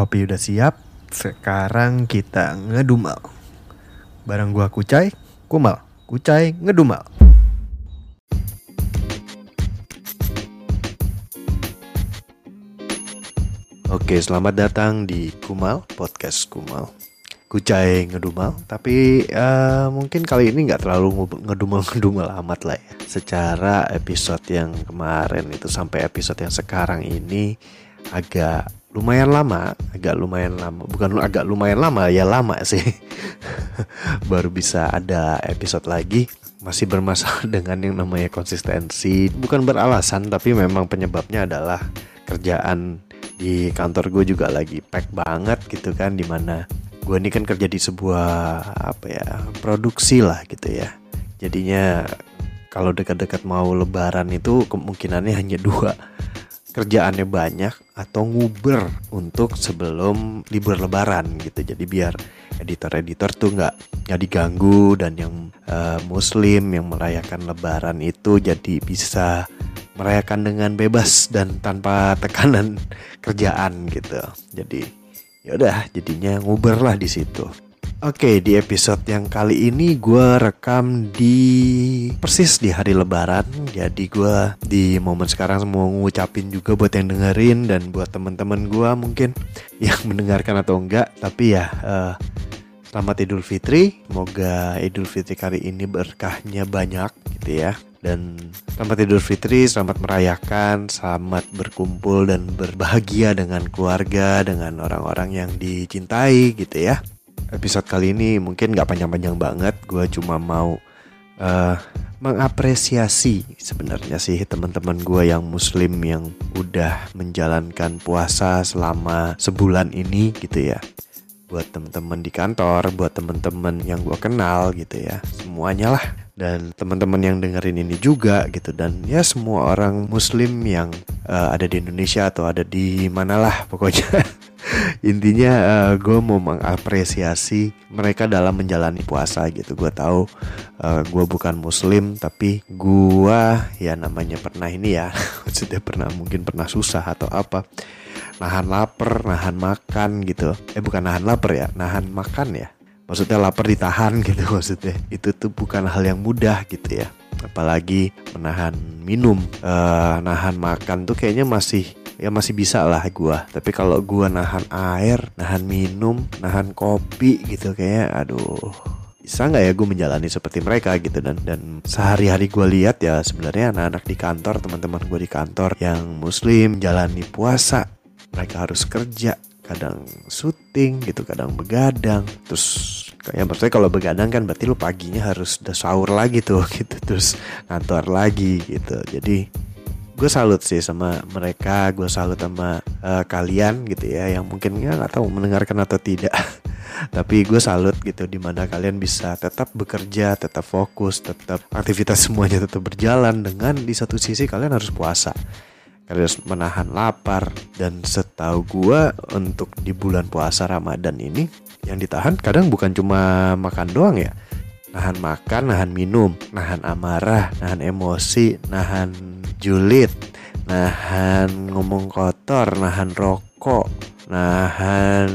Kopi udah siap, sekarang kita ngedumel. Bareng gua Kucai, Kumal, Kucai ngedumel. Oke, selamat datang di Kumal, podcast Kumal. Kucai ngedumel, tapi mungkin kali ini gak terlalu ngedumel amat lah ya. Secara episode yang kemarin itu sampai episode yang sekarang ini agak lumayan lama, bukan agak lumayan lama, ya lama sih. Baru bisa ada episode lagi. Masih bermasalah dengan yang namanya konsistensi. Bukan beralasan, tapi memang penyebabnya adalah kerjaan di kantor gue juga lagi pack banget gitu kan. Dimana gue ini kan kerja di sebuah produksi lah gitu ya. Jadinya kalau dekat-dekat mau lebaran itu kemungkinannya hanya dua, kerjaannya banyak atau nguber untuk sebelum libur lebaran gitu. Jadi biar editor-editor tuh nggak diganggu, dan yang muslim yang merayakan lebaran itu jadi bisa merayakan dengan bebas dan tanpa tekanan kerjaan gitu. Jadi yaudah, jadinya nguber lah di situ. Oke, di episode yang kali ini gue rekam persis di hari lebaran. Jadi gue di momen sekarang mau ngucapin juga buat yang dengerin, dan buat teman-teman gue mungkin yang mendengarkan atau enggak. Tapi ya selamat Idul Fitri. Semoga Idul Fitri kali ini berkahnya banyak gitu ya. Dan selamat Idul Fitri, selamat merayakan, selamat berkumpul dan berbahagia dengan keluarga, dengan orang-orang yang dicintai gitu ya. Episode kali ini mungkin gak panjang-panjang banget. Gue cuma mau mengapresiasi sebenarnya sih teman-teman gue yang muslim yang udah menjalankan puasa selama sebulan ini gitu ya. Buat teman-teman di kantor, buat teman-teman yang gue kenal gitu ya, semuanya lah. Dan teman-teman yang dengerin ini juga gitu. Dan ya semua orang muslim yang ada di Indonesia atau ada di manalah pokoknya. Intinya gue mau mengapresiasi mereka dalam menjalani puasa gitu. Gue tahu gue bukan muslim, tapi gue ya namanya pernah ini ya. Maksudnya mungkin pernah susah atau apa, nahan lapar, nahan makan gitu. Bukan nahan lapar ya, nahan makan ya. Maksudnya lapar ditahan gitu maksudnya. Itu tuh bukan hal yang mudah gitu ya. Apalagi menahan minum, nahan makan tuh kayaknya masih bisa lah gua. Tapi kalau gua nahan air, nahan minum, nahan kopi gitu, kayak aduh, bisa nggak ya gue menjalani seperti mereka gitu. Dan sehari-hari gue lihat ya sebenarnya anak-anak di kantor, teman-teman gue di kantor yang muslim menjalani puasa, mereka harus kerja, kadang syuting gitu, kadang begadang. Terus ya maksudnya kalau begadang kan berarti lu paginya harus udah sahur lagi tuh gitu, terus kantor lagi gitu. Jadi gue salut sih sama mereka, gue salut sama kalian gitu ya, yang mungkin ya nggak tahu mendengarkan atau tidak. Tapi gue salut gitu, dimana kalian bisa tetap bekerja, tetap fokus, tetap aktivitas semuanya tetap berjalan, dengan di satu sisi kalian harus puasa, kalian harus menahan lapar. Dan setahu gue untuk di bulan puasa Ramadan ini yang ditahan kadang bukan cuma makan doang ya. Nahan makan, nahan minum, nahan amarah, nahan emosi, nahan julid, nahan ngomong kotor, nahan rokok, nahan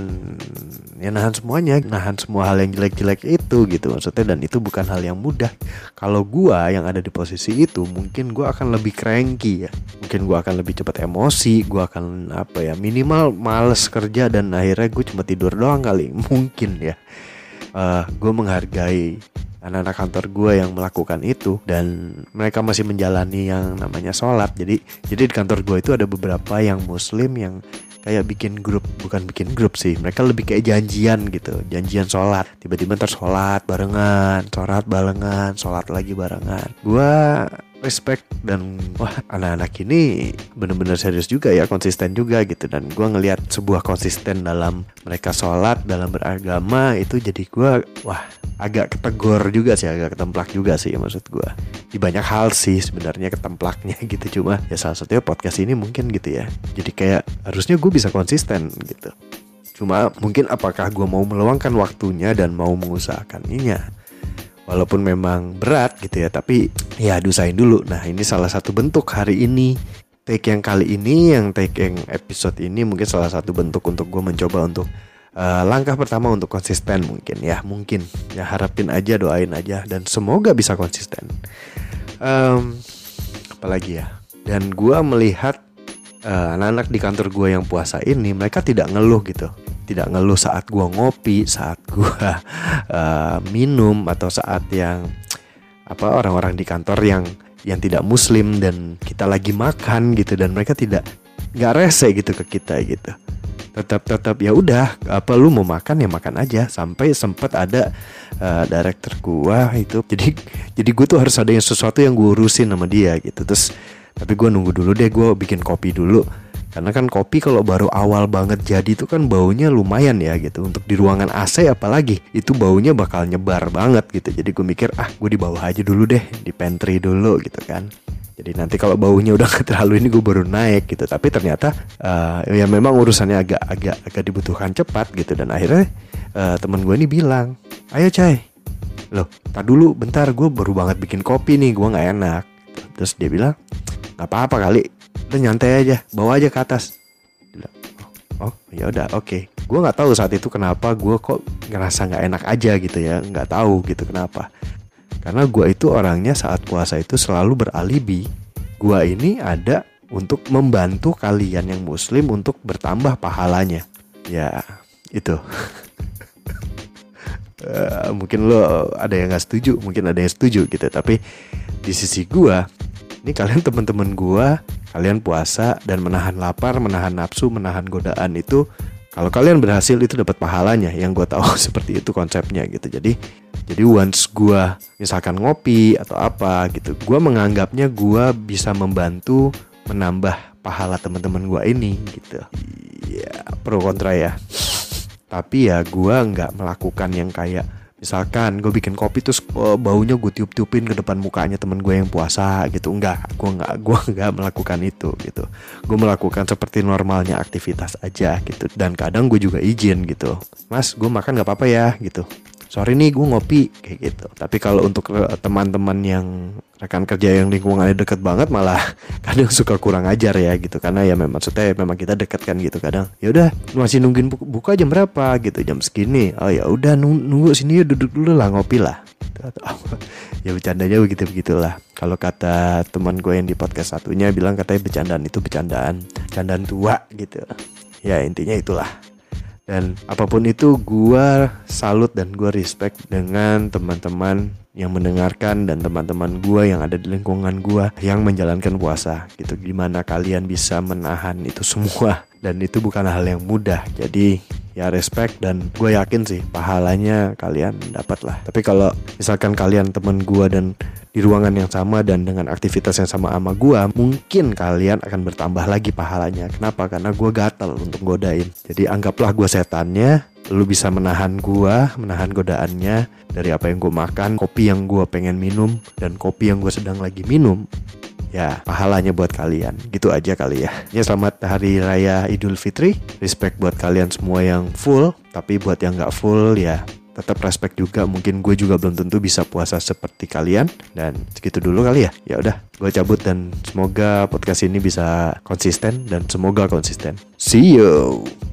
semuanya, nahan semua hal yang jelek-jelek itu gitu maksudnya. Dan itu bukan hal yang mudah. Kalau gua yang ada di posisi itu, mungkin gua akan lebih cranky ya, mungkin gua akan lebih cepat emosi, gua akan minimal males kerja, dan akhirnya gue cuma tidur doang kali mungkin ya. Gue menghargai anak-anak kantor gue yang melakukan itu, dan mereka masih menjalani yang namanya sholat. Jadi di kantor gue itu ada beberapa yang muslim yang kayak bukan bikin grup sih, mereka lebih kayak janjian gitu, janjian sholat. Tiba-tiba ntar sholat barengan, sholat lagi barengan. Gue respect, dan wah, anak-anak ini benar-benar serius juga ya, konsisten juga gitu. Dan gue ngelihat sebuah konsisten dalam mereka sholat, dalam beragama itu, jadi gue wah, agak ketegor juga sih, agak ketemplak juga sih maksud gue. Di banyak hal sih sebenarnya ketemplaknya gitu, cuma ya salah satunya podcast ini mungkin gitu ya. Jadi kayak harusnya gue bisa konsisten gitu. Cuma mungkin apakah gue mau meluangkan waktunya dan mau mengusahakannya. Walaupun memang berat gitu ya, tapi ya diusahain dulu. Nah ini salah satu bentuk hari ini take yang kali ini, yang episode ini mungkin salah satu bentuk untuk gue mencoba untuk langkah pertama untuk konsisten mungkin ya harapin aja, doain aja, dan semoga bisa konsisten. Apalagi ya, dan gue melihat anak-anak di kantor gue yang puasa ini, mereka tidak ngeluh gitu. Tidak ngeluh saat gue ngopi, saat gue minum, atau saat yang orang-orang di kantor yang tidak muslim dan kita lagi makan gitu, dan mereka nggak rese gitu ke kita gitu. Tetap ya udah, lu mau makan ya makan aja. Sampai sempat ada director gue itu, jadi gue tuh harus ada sesuatu yang gue urusin sama dia gitu. Terus tapi gue nunggu dulu deh, gue bikin kopi dulu. Karena kan kopi kalau baru awal banget jadi itu kan baunya lumayan ya gitu. Untuk di ruangan AC apalagi, itu baunya bakal nyebar banget gitu. Jadi gue mikir gue di bawah aja dulu deh, di pantry dulu gitu kan. Jadi nanti kalau baunya udah terlalu ini gue baru naik gitu. Tapi ternyata ya memang urusannya agak dibutuhkan cepat gitu. Dan akhirnya teman gue ini bilang, ayo Cai, loh tar dulu bentar, gue baru banget bikin kopi nih, gue gak enak. Terus dia bilang, gak apa-apa kali, udah nyantai aja, bawa aja ke atas. Dia bilang, oh ya udah oke. Gue nggak tahu saat itu kenapa gue kok ngerasa nggak enak aja gitu ya, nggak tahu gitu kenapa. Karena gue itu orangnya saat puasa itu selalu beralibi. Gue ini ada untuk membantu kalian yang muslim untuk bertambah pahalanya. Ya itu. Mungkin lo ada yang nggak setuju, mungkin ada yang setuju gitu. Tapi di sisi gue, ini kalian teman-teman gue, kalian puasa dan menahan lapar, menahan nafsu, menahan godaan itu, kalau kalian berhasil itu dapat pahalanya. Yang gue tahu seperti itu konsepnya gitu. Jadi once gue misalkan ngopi atau apa gitu, gue menganggapnya gue bisa membantu menambah pahala teman-teman gue ini gitu. Ya pro kontra ya. Tapi ya gue nggak melakukan yang kayak misalkan gue bikin kopi terus baunya gue tiup-tiupin ke depan mukanya teman gue yang puasa gitu. Gue nggak melakukan itu gitu. Gue melakukan seperti normalnya aktivitas aja gitu. Dan kadang gue juga izin gitu, Mas gue makan nggak apa-apa ya gitu, sorry nih gue ngopi kayak gitu. Tapi kalau untuk teman-teman yang rekan kerja yang lingkungannya deket banget, malah kadang suka kurang ajar ya gitu. Karena ya memang kita deket kan gitu. Kadang ya udah masih nungguin buka jam berapa gitu, jam segini, oh ya udah nunggu sini ya, duduk dulu lah, ngopi lah gitu. Ya bercandanya begitulah. Kalau kata teman gue yang di podcast satunya bilang, katanya bercandaan itu bercandaan tua gitu. Ya intinya itulah. Dan apapun itu, gue salut dan gue respect dengan teman-teman yang mendengarkan dan teman-teman gue yang ada di lingkungan gue yang menjalankan puasa gitu. Gimana kalian bisa menahan itu semua, dan itu bukan hal yang mudah. Jadi ya respect, dan gue yakin sih pahalanya kalian dapat lah. Tapi kalau misalkan kalian teman gue dan di ruangan yang sama dan dengan aktivitas yang sama gue, mungkin kalian akan bertambah lagi pahalanya. Kenapa? Karena gue gatel untuk godain. Jadi anggaplah gue setannya, lu bisa menahan godaannya dari apa yang gue makan, kopi yang gue pengen minum, dan kopi yang gue sedang lagi minum. Ya pahalanya buat kalian. Gitu aja kali ya. Ya selamat Hari Raya Idul Fitri. Respect buat kalian semua yang full. Tapi buat yang gak full ya tetap respect juga. Mungkin gue juga belum tentu bisa puasa seperti kalian. Dan segitu dulu kali ya. Ya udah, gue cabut dan semoga podcast ini bisa konsisten. Dan semoga konsisten. See you.